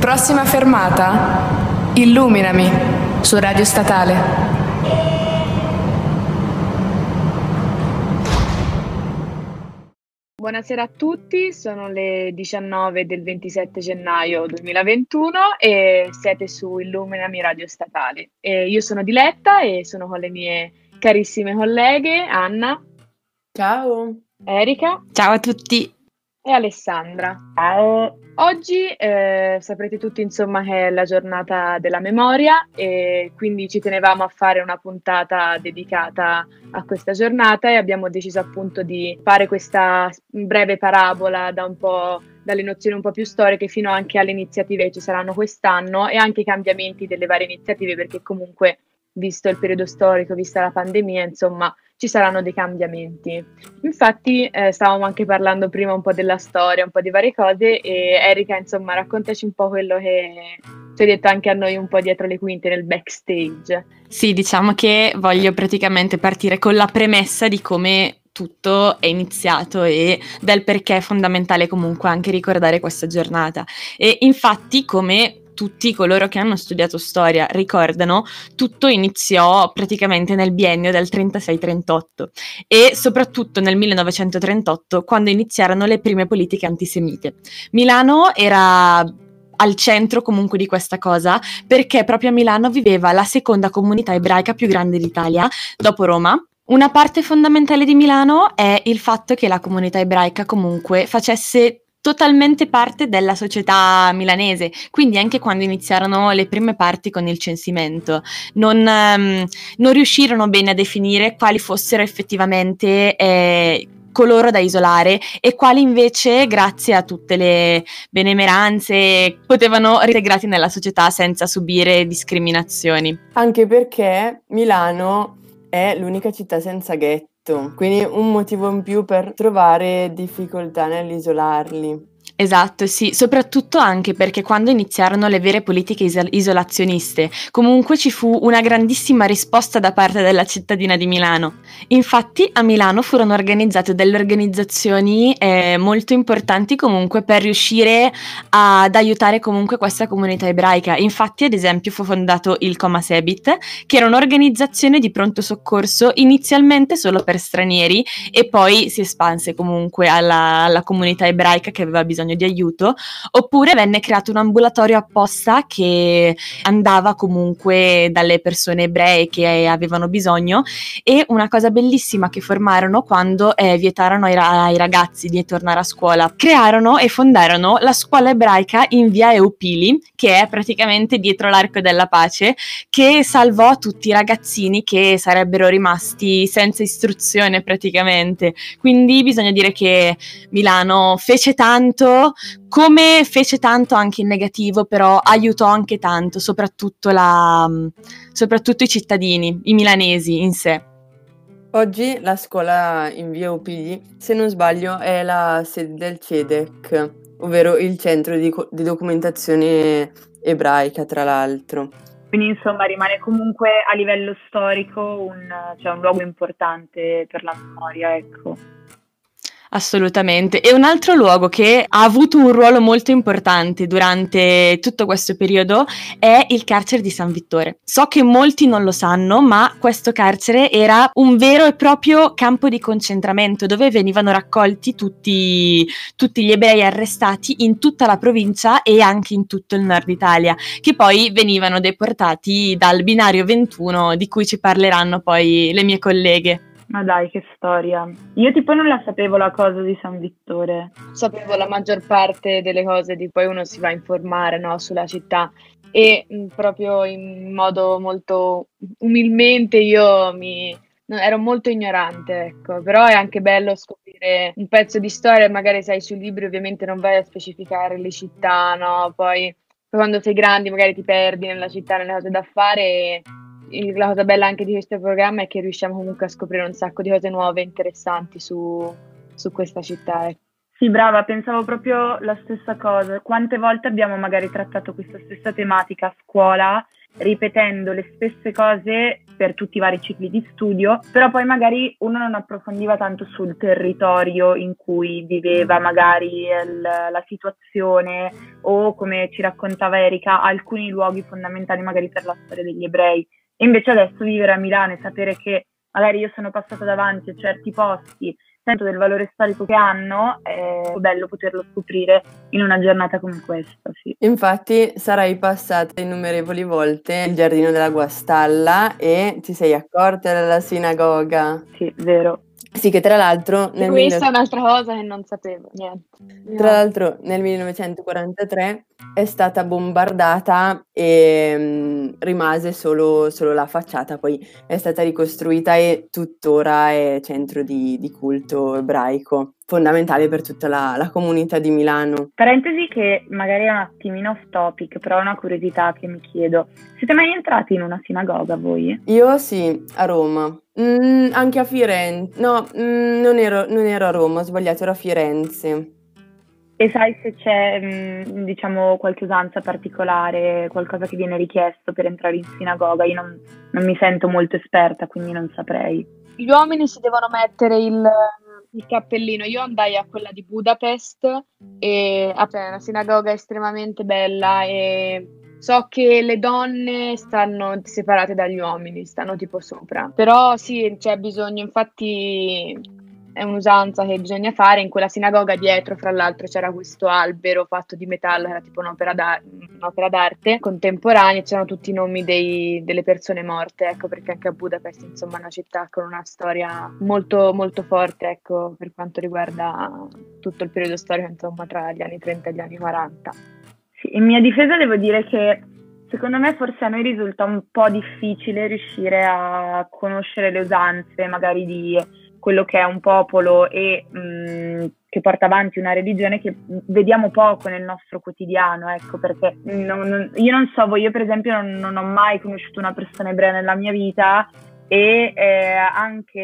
Prossima fermata, Illuminami, su Radio Statale. Buonasera a tutti, sono le 19 del 27 gennaio 2021 e siete su Illuminami Radio Statale. Io sono Diletta e sono con le mie carissime colleghe Anna. Ciao. Erika. Ciao a tutti. E Alessandra. Ciao. Oggi saprete tutti insomma che è la giornata della memoria e quindi ci tenevamo a fare una puntata dedicata a questa giornata e abbiamo deciso appunto di fare questa breve parabola dalle nozioni un po' più storiche fino anche alle iniziative che ci saranno quest'anno e anche i cambiamenti delle varie iniziative, perché comunque visto il periodo storico, vista la pandemia, insomma ci saranno dei cambiamenti. Infatti stavamo anche parlando prima un po' della storia, un po' di varie cose e Erika, insomma, raccontaci un po' quello che ci hai detto anche a noi un po' dietro le quinte nel backstage. Sì, diciamo che voglio praticamente partire con la premessa di come tutto è iniziato e del perché è fondamentale comunque anche ricordare questa giornata. E infatti, come tutti coloro che hanno studiato storia ricordano, tutto iniziò praticamente nel biennio del 36-38 e soprattutto nel 1938, quando iniziarono le prime politiche antisemite. Milano era al centro comunque di questa cosa, perché proprio a Milano viveva la seconda comunità ebraica più grande d'Italia, dopo Roma. Una parte fondamentale di Milano è il fatto che la comunità ebraica comunque facesse totalmente parte della società milanese, quindi anche quando iniziarono le prime parti con il censimento non riuscirono bene a definire quali fossero effettivamente coloro da isolare e quali invece, grazie a tutte le benemeranze, potevano reintegrati nella società senza subire discriminazioni. Anche perché Milano è l'unica città senza ghetto, quindi un motivo in più per trovare difficoltà nell'isolarli. Esatto, sì, soprattutto anche perché quando iniziarono le vere politiche isolazioniste, comunque ci fu una grandissima risposta da parte della cittadina di Milano. Infatti a Milano furono organizzate delle organizzazioni molto importanti comunque per riuscire ad aiutare comunque questa comunità ebraica. Infatti, ad esempio, fu fondato il Comasebit, che era un'organizzazione di pronto soccorso inizialmente solo per stranieri e poi si espanse comunque alla comunità ebraica che aveva bisogno di aiuto, oppure venne creato un ambulatorio apposta che andava comunque dalle persone ebree che avevano bisogno. E una cosa bellissima che formarono quando vietarono ai ragazzi di tornare a scuola, crearono e fondarono la scuola ebraica in via Eupili, che è praticamente dietro l'Arco della Pace, che salvò tutti i ragazzini che sarebbero rimasti senza istruzione praticamente. Quindi bisogna dire che Milano fece tanto, come fece tanto anche in negativo, però aiutò anche tanto, soprattutto i cittadini, i milanesi in sé. Oggi la scuola in via Eupili, se non sbaglio, è la sede del CEDEC, ovvero il centro di documentazione ebraica, tra l'altro. Quindi insomma rimane comunque a livello storico un luogo importante per la memoria, ecco. Assolutamente. E un altro luogo che ha avuto un ruolo molto importante durante tutto questo periodo è il carcere di San Vittore. So che molti non lo sanno, ma questo carcere era un vero e proprio campo di concentramento dove venivano raccolti tutti gli ebrei arrestati in tutta la provincia e anche in tutto il nord Italia, che poi venivano deportati dal binario 21, di cui ci parleranno poi le mie colleghe. Ma dai, che storia. Io tipo non la sapevo la cosa di San Vittore. Sapevo la maggior parte delle cose di poi uno si va a informare, no, sulla città e proprio in modo molto umilmente ero molto ignorante, ecco, però è anche bello scoprire un pezzo di storia, magari sai sui libri ovviamente non vai a specificare le città, no, poi quando sei grandi magari ti perdi nella città, nelle cose da fare. La cosa bella anche di questo programma è che riusciamo comunque a scoprire un sacco di cose nuove e interessanti su questa città. Sì, brava, pensavo proprio la stessa cosa. Quante volte abbiamo magari trattato questa stessa tematica a scuola, ripetendo le stesse cose per tutti i vari cicli di studio, però poi magari uno non approfondiva tanto sul territorio in cui viveva magari la situazione, o come ci raccontava Erika, alcuni luoghi fondamentali magari per la storia degli ebrei. E invece adesso vivere a Milano e sapere che magari io sono passata davanti a certi posti, sento del valore storico che hanno, è bello poterlo scoprire in una giornata come questa, sì. Infatti sarai passata innumerevoli volte il giardino della Guastalla e ti sei accorta della sinagoga. Sì, vero. Sì, che tra l'altro Questa è un'altra cosa che non sapevo, niente. Tra l'altro nel 1943 è stata bombardata e rimase solo la facciata, poi è stata ricostruita e tuttora è centro di culto ebraico, fondamentale per tutta la comunità di Milano. Parentesi che magari è un attimino off topic, però è una curiosità che mi chiedo. Siete mai entrati in una sinagoga voi? Io sì, a Roma. Anche a Firenze. No, non ero a Roma, ho sbagliato, ero a Firenze. E sai se c'è, diciamo, qualche usanza particolare, qualcosa che viene richiesto per entrare in sinagoga? Io non mi sento molto esperta, quindi non saprei. Gli uomini si devono mettere il cappellino. Io andai a quella di Budapest e è una sinagoga estremamente bella, e so che le donne stanno separate dagli uomini, stanno tipo sopra. Però sì, c'è bisogno, infatti è un'usanza che bisogna fare. In quella sinagoga dietro, fra l'altro, c'era questo albero fatto di metallo, era tipo un'opera d'arte contemporanea, c'erano tutti i nomi delle persone morte, ecco, perché anche a Budapest, insomma, è una città con una storia molto, molto forte, ecco, per quanto riguarda tutto il periodo storico, insomma, tra gli anni 30 e gli anni 40. Sì, in mia difesa devo dire che secondo me forse a noi risulta un po' difficile riuscire a conoscere le usanze magari di quello che è un popolo e che porta avanti una religione che vediamo poco nel nostro quotidiano, ecco, perché io non so, io per esempio non ho mai conosciuto una persona ebrea nella mia vita, e anche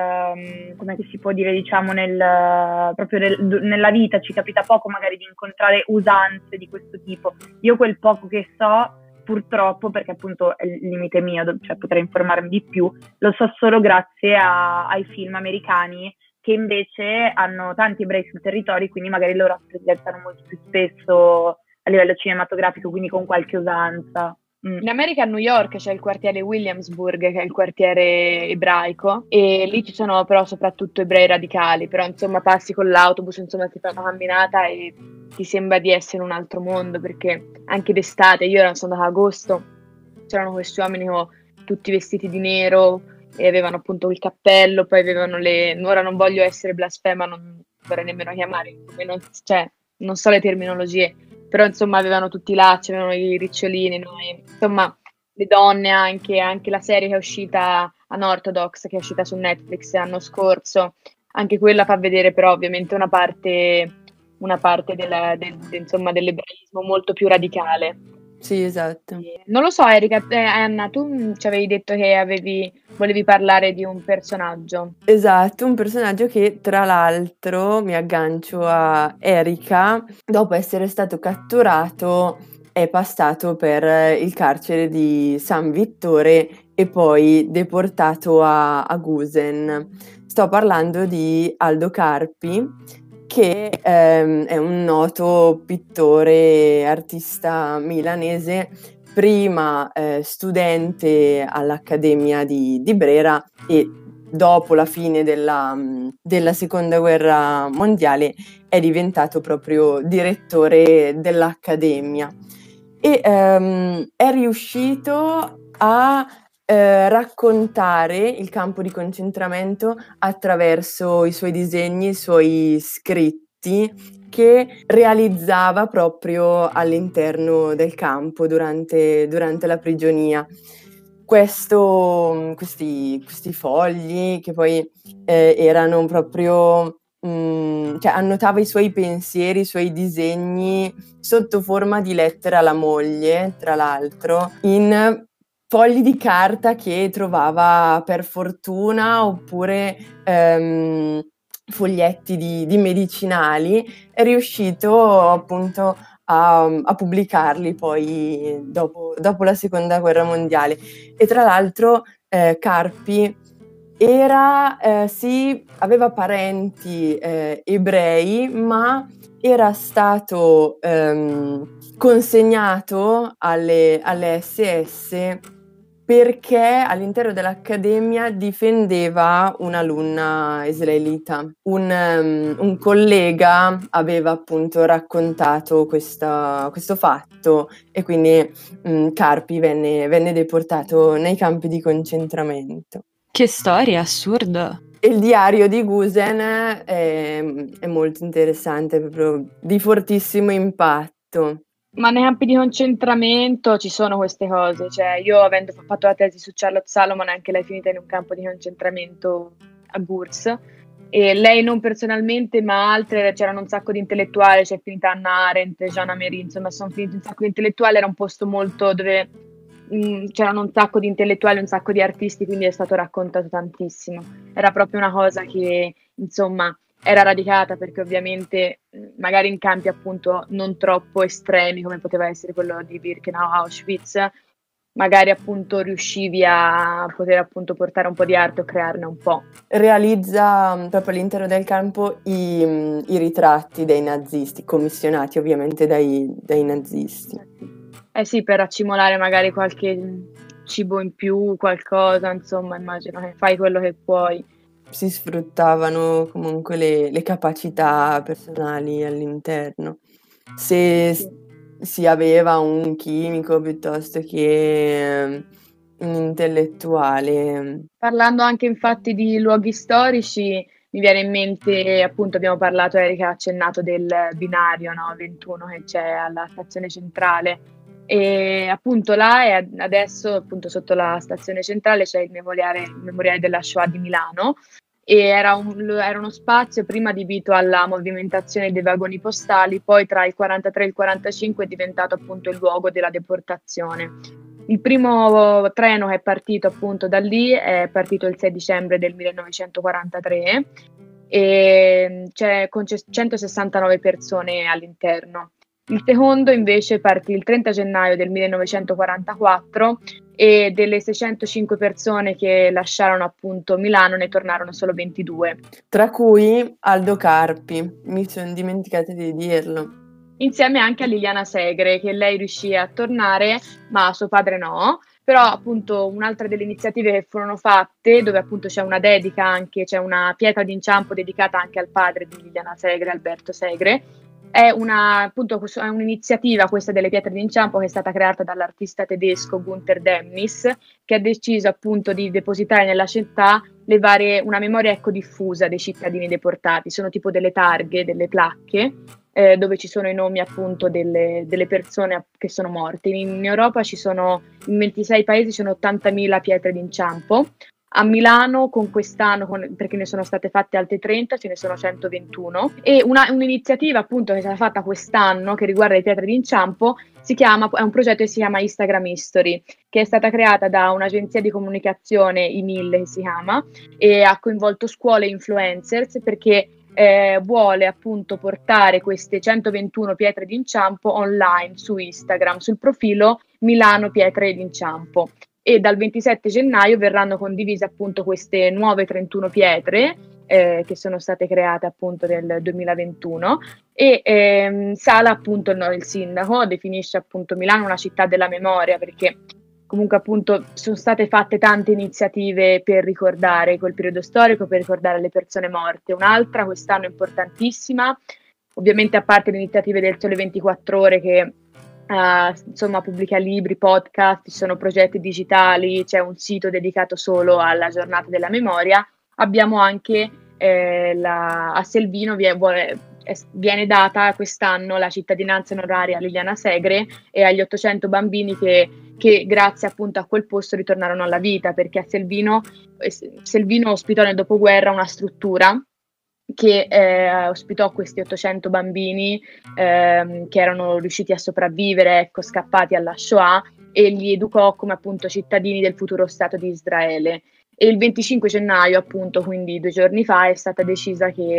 come si può dire, diciamo, proprio nella vita ci capita poco magari di incontrare usanze di questo tipo. Io quel poco che so, purtroppo, perché appunto è il limite mio, cioè potrei informarmi di più, lo so solo grazie ai film americani, che invece hanno tanti ebrei sul territorio, quindi magari lo rappresentano molto più spesso a livello cinematografico, quindi con qualche usanza. In America, a New York, c'è il quartiere Williamsburg, che è il quartiere ebraico, e lì ci sono però soprattutto ebrei radicali, però insomma passi con l'autobus, insomma ti fai una camminata e ti sembra di essere in un altro mondo, perché anche d'estate, io sono andata ad agosto, c'erano questi uomini tutti vestiti di nero e avevano appunto il cappello, poi avevano ora non voglio essere blasfema, non vorrei nemmeno chiamare, non so le terminologie, però insomma avevano tutti i lacci, avevano i ricciolini, no? E, insomma, le donne, anche la serie che è uscita Unorthodox, che è uscita su Netflix l'anno scorso, anche quella fa vedere però ovviamente una parte insomma, dell'ebraismo molto più radicale. Sì, esatto. Non lo so, Erika, Anna, tu ci avevi detto che volevi parlare di un personaggio. Esatto, un personaggio che tra l'altro, mi aggancio a Erika, dopo essere stato catturato è passato per il carcere di San Vittore e poi deportato a Gusen. Sto parlando di Aldo Carpi, che è un noto pittore, artista milanese, prima studente all'Accademia di Brera e dopo la fine della Seconda Guerra Mondiale è diventato proprio direttore dell'Accademia e è riuscito a raccontare il campo di concentramento attraverso i suoi disegni, i suoi scritti che realizzava proprio all'interno del campo durante la prigionia. Questi fogli che poi erano proprio, cioè annotava i suoi pensieri, i suoi disegni sotto forma di lettera alla moglie, tra l'altro, in fogli di carta che trovava per fortuna, oppure foglietti di medicinali. È riuscito appunto a pubblicarli poi dopo la seconda guerra mondiale. E tra l'altro Carpi aveva parenti ebrei, ma era stato consegnato alle SS perché all'interno dell'accademia difendeva un'alunna israelita. Un collega aveva appunto raccontato questo fatto e quindi Carpi venne deportato nei campi di concentramento. Che storia, assurdo! E il diario di Gusen è molto interessante, proprio di fortissimo impatto. Ma nei campi di concentramento ci sono queste cose, cioè io avendo fatto la tesi su Charlotte Salomon, anche lei è finita in un campo di concentramento a Gurs, e lei non personalmente ma altre, c'erano un sacco di intellettuali, c'è finita Hannah Arendt, Jeanne Amery, insomma sono finiti un sacco di intellettuali, era un posto molto dove c'erano un sacco di intellettuali, un sacco di artisti, quindi è stato raccontato tantissimo, era proprio una cosa che insomma era radicata, perché ovviamente magari in campi appunto non troppo estremi come poteva essere quello di Birkenau, Auschwitz, magari appunto riuscivi a poter appunto portare un po' di arte o crearne un po'. Realizza proprio all'interno del campo i ritratti dei nazisti, commissionati ovviamente dai nazisti. Sì, per accimolare magari qualche cibo in più, qualcosa, insomma, immagino che fai quello che puoi. Si sfruttavano comunque le capacità personali all'interno. Se si aveva un chimico piuttosto che un intellettuale. Parlando anche infatti di luoghi storici, mi viene in mente, appunto abbiamo parlato, Erika ha accennato del binario 21 che c'è alla stazione centrale, e appunto là è adesso appunto sotto la stazione centrale c'è il memoriale della Shoah di Milano, e era uno spazio prima adibito alla movimentazione dei vagoni postali, poi tra il 43 e il 45 è diventato appunto il luogo della deportazione. Il primo treno che è partito appunto da lì è partito il 6 dicembre del 1943 e con 169 persone all'interno. Il secondo invece partì il 30 gennaio del 1944 e delle 605 persone che lasciarono appunto Milano ne tornarono solo 22. Tra cui Aldo Carpi, mi sono dimenticata di dirlo. Insieme anche a Liliana Segre, che lei riuscì a tornare, ma suo padre no. Però appunto un'altra delle iniziative che furono fatte, dove appunto c'è una dedica anche, c'è una pietra d'inciampo dedicata anche al padre di Liliana Segre, Alberto Segre, è un'iniziativa, questa delle pietre d'inciampo, che è stata creata dall'artista tedesco Gunther Demnis, che ha deciso appunto di depositare nella città una memoria diffusa dei cittadini deportati. Sono tipo delle targhe, delle placche, dove ci sono i nomi appunto delle persone che sono morte. In Europa in 26 paesi ci sono 80.000 pietre d'inciampo. A Milano con quest'anno, perché ne sono state fatte altre 30, ce ne sono 121, e un'iniziativa appunto che è stata fatta quest'anno che riguarda le pietre d'inciampo è un progetto che si chiama Instagram History, che è stata creata da un'agenzia di comunicazione, IMIL che si chiama, e ha coinvolto scuole e influencers perché vuole appunto portare queste 121 pietre d'inciampo online su Instagram, sul profilo Milano Pietre d'inciampo. E dal 27 gennaio verranno condivise appunto queste nuove 31 pietre che sono state create appunto nel 2021 e Sala appunto il sindaco definisce appunto Milano una città della memoria, perché comunque appunto sono state fatte tante iniziative per ricordare quel periodo storico, per ricordare le persone morte. Un'altra quest'anno importantissima, ovviamente a parte le iniziative del Sole 24 Ore che insomma pubblica libri, podcast, ci sono progetti digitali, c'è un sito dedicato solo alla giornata della memoria. Abbiamo anche a Selvino viene data quest'anno la cittadinanza onoraria a Liliana Segre e agli 800 bambini che grazie appunto a quel posto ritornarono alla vita, perché a Selvino ospitò nel dopoguerra una struttura che ospitò questi 800 bambini che erano riusciti a sopravvivere, scappati alla Shoah, e li educò come appunto cittadini del futuro Stato di Israele. E il 25 gennaio, appunto, quindi 2 giorni fa, è stata decisa che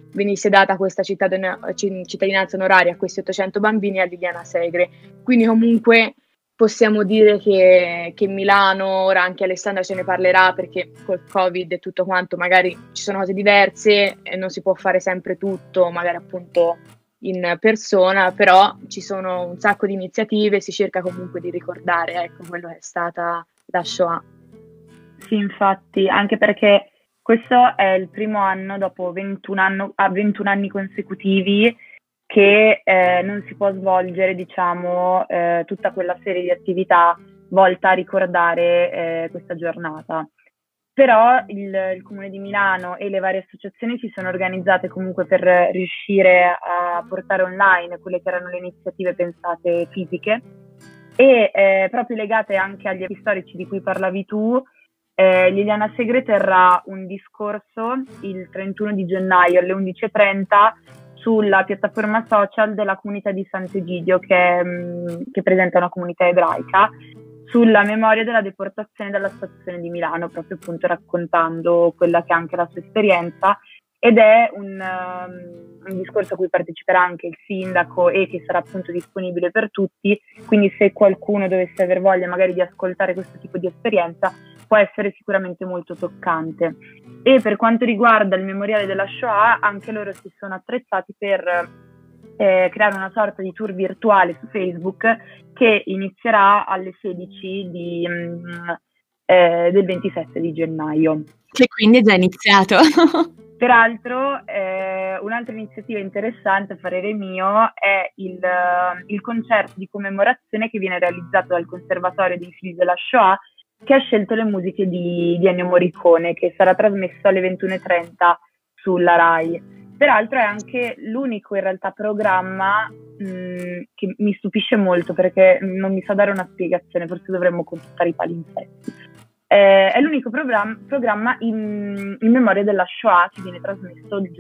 venisse data questa cittadinanza onoraria a questi 800 bambini e a Liliana Segre. Quindi comunque possiamo dire che Milano, ora anche Alessandra ce ne parlerà, perché col Covid e tutto quanto magari ci sono cose diverse e non si può fare sempre tutto, magari appunto in persona, però ci sono un sacco di iniziative, si cerca comunque di ricordare, ecco, quello che è stata la Shoah. Sì, infatti, anche perché questo è il primo anno dopo 21 anni consecutivi che non si può svolgere, diciamo, tutta quella serie di attività volta a ricordare questa giornata. Però il Comune di Milano e le varie associazioni si sono organizzate comunque per riuscire a portare online quelle che erano le iniziative pensate fisiche e proprio legate anche agli eventi storici di cui parlavi tu. Liliana Segre terrà un discorso il 31 di gennaio alle 11:30 sulla piattaforma social della comunità di Sant'Egidio che presenta una comunità ebraica, sulla memoria della deportazione dalla stazione di Milano, proprio appunto raccontando quella che è anche la sua esperienza, ed è un discorso a cui parteciperà anche il sindaco e che sarà appunto disponibile per tutti, quindi se qualcuno dovesse aver voglia magari di ascoltare questo tipo di esperienza può essere sicuramente molto toccante. E per quanto riguarda il memoriale della Shoah, anche loro si sono attrezzati per creare una sorta di tour virtuale su Facebook che inizierà alle 16 del 27 di gennaio. Che quindi è già iniziato. Peraltro, un'altra iniziativa interessante a parere mio è il concerto di commemorazione che viene realizzato dal Conservatorio dei Figli della Shoah, che ha scelto le musiche di Ennio Morricone, che sarà trasmesso alle 21:30 sulla Rai. Peraltro è anche l'unico in realtà programma che mi stupisce molto, perché non mi so dare una spiegazione, forse dovremmo consultare i palinsetti. È l'unico programma in memoria della Shoah che viene trasmesso il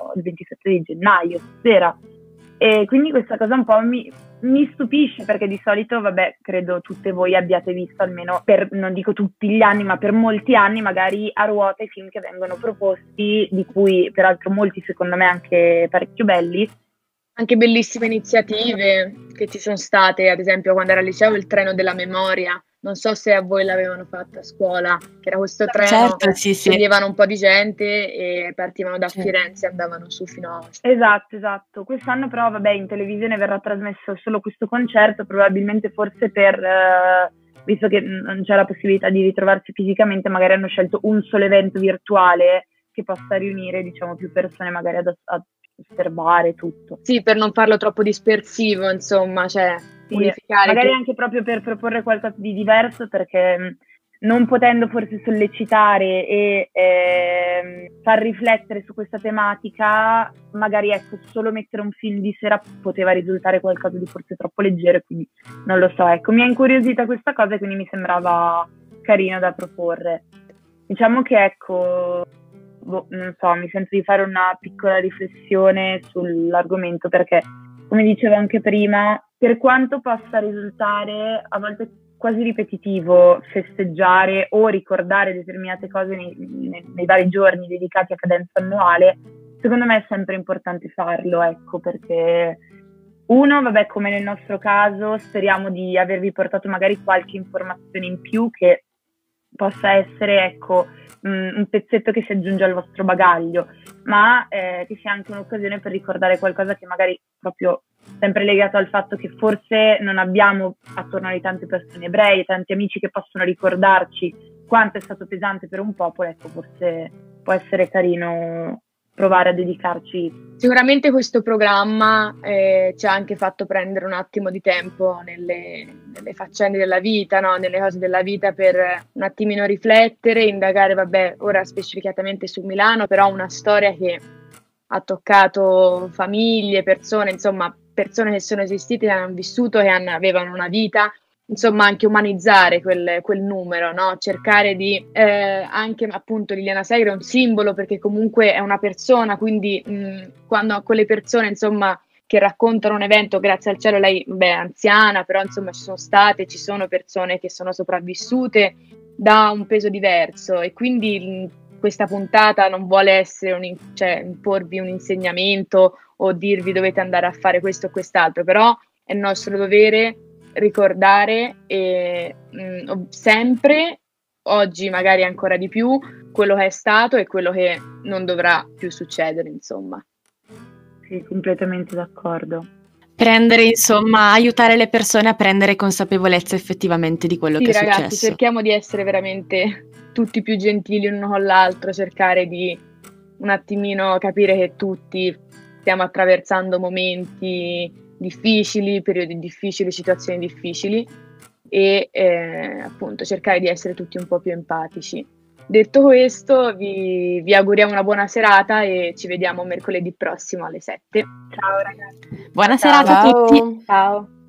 27 di gennaio, sera. E quindi questa cosa un po' mi stupisce, perché di solito, vabbè, credo tutte voi abbiate visto almeno non dico tutti gli anni, ma per molti anni magari a ruota i film che vengono proposti, di cui peraltro molti secondo me anche parecchio belli. Anche bellissime iniziative che ci sono state, ad esempio quando era al liceo il treno della memoria. Non so se a voi l'avevano fatto a scuola, che era questo treno, certo, sì. sceglievano un po' di gente e partivano da Firenze e andavano su fino a Ostia. Esatto. Quest'anno però, vabbè, in televisione verrà trasmesso solo questo concerto, probabilmente forse visto che non c'è la possibilità di ritrovarsi fisicamente, magari hanno scelto un solo evento virtuale che possa riunire, diciamo, più persone magari ad osservare tutto. Sì, per non farlo troppo dispersivo, insomma, cioè unificare. Magari anche proprio per proporre qualcosa di diverso, perché non potendo forse sollecitare e far riflettere su questa tematica, magari ecco, solo mettere un film di sera poteva risultare qualcosa di forse troppo leggero, quindi non lo so, ecco, mi ha incuriosita questa cosa e quindi mi sembrava carino da proporre. Diciamo che ecco, non so, mi sento di fare una piccola riflessione sull'argomento, perché come dicevo anche prima, per quanto possa risultare a volte quasi ripetitivo festeggiare o ricordare determinate cose nei vari giorni dedicati a cadenza annuale, secondo me è sempre importante farlo, ecco, perché uno, vabbè, come nel nostro caso, speriamo di avervi portato magari qualche informazione in più che possa essere, ecco, un pezzetto che si aggiunge al vostro bagaglio, ma che sia anche un'occasione per ricordare qualcosa che magari proprio sempre legato al fatto che forse non abbiamo attorno a noi tante persone ebrei, tanti amici che possono ricordarci quanto è stato pesante per un popolo, ecco, forse può essere carino provare a dedicarci. Sicuramente questo programma ci ha anche fatto prendere un attimo di tempo nelle faccende della vita, no? Nelle cose della vita, per un attimino riflettere, indagare, vabbè, ora specificatamente su Milano, però una storia che ha toccato famiglie, persone, insomma, persone che sono esistite, che hanno vissuto, che avevano una vita, insomma anche umanizzare quel numero, no? Cercare di anche appunto Liliana Segre è un simbolo, perché comunque è una persona, quindi quando quelle persone insomma che raccontano un evento, grazie al cielo lei è anziana, però insomma ci sono persone che sono sopravvissute da un peso diverso, e quindi questa puntata non vuole essere cioè, imporvi un insegnamento o dirvi dovete andare a fare questo o quest'altro, però è nostro dovere ricordare sempre, oggi magari ancora di più, quello che è stato e quello che non dovrà più succedere, insomma. Sì, completamente d'accordo. Aiutare le persone a prendere consapevolezza effettivamente di quello che è ragazzi, successo. cerchiamo di essere veramente tutti più gentili uno con l'altro, cercare di un attimino capire che tutti stiamo attraversando momenti difficili, periodi difficili, situazioni difficili e appunto cercare di essere tutti un po' più empatici. Detto questo, vi auguriamo una buona serata e ci vediamo mercoledì prossimo alle 7. Ciao ragazzi. Buona serata a tutti. Ciao.